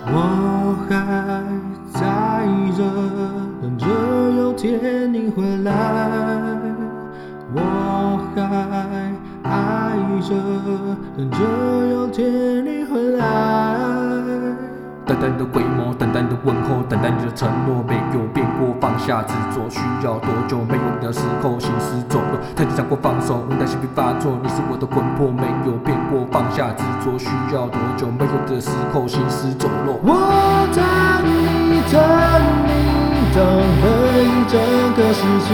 我还在意着，等着有天你回来。我还爱着，等着有天你回来。 淡淡的回眸，淡淡的问候，淡淡的承诺，没有变过。放下执着需要多久？没有你的时候，行尸走肉。曾经想过放手，无奈心病发作。你是我的魂魄，没有变过。放下执着需要多久？没有你的时候，行尸走肉。 我等你，等了一整个世纪。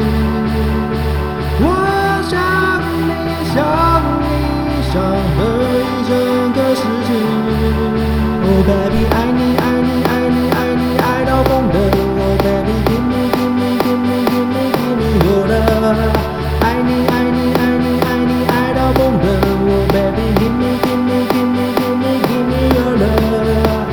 我想你，想了一整个世纪。Oh baby， 爱你，爱你，爱你，爱你，爱到疯了。Oh baby，give me your love。爱你，爱你，爱你，爱你，爱到疯了。Oh baby，give me your love。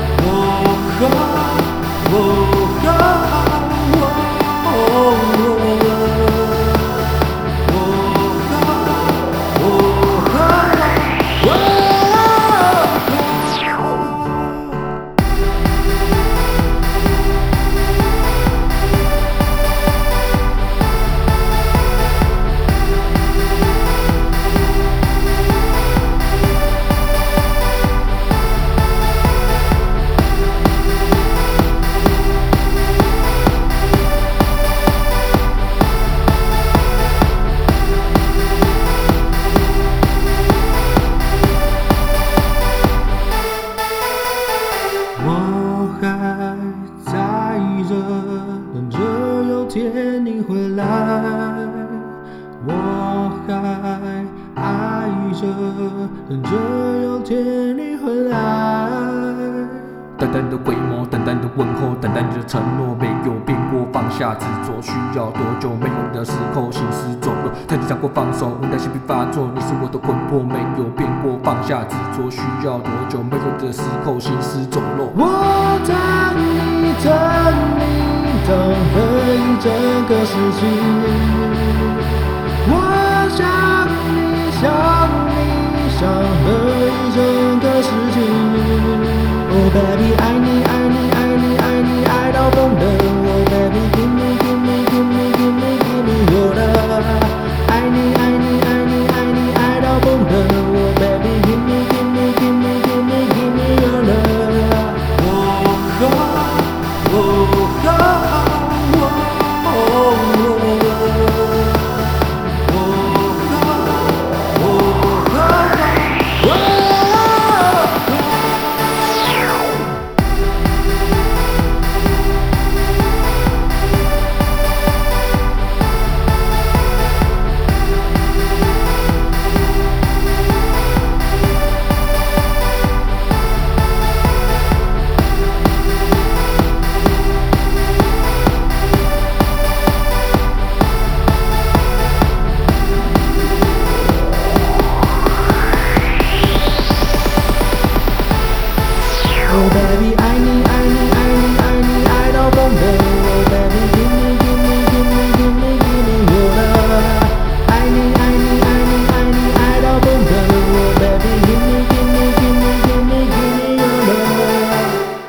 我还在意着，等着有天你回来。我还爱着，等着有天你回来。 淡淡的回眸，淡淡的问候，淡淡的承诺，没有变过。放下执着需要多久？没有你的时候，行尸走肉。曾经想过放手，无奈心病发作。你是我的魂魄，没有变过。放下执着需要多久？没有你的时候，行尸走肉。 我等你，等了一整个世纪。我想你，想了一整个世纪。Oh baby， 爱你。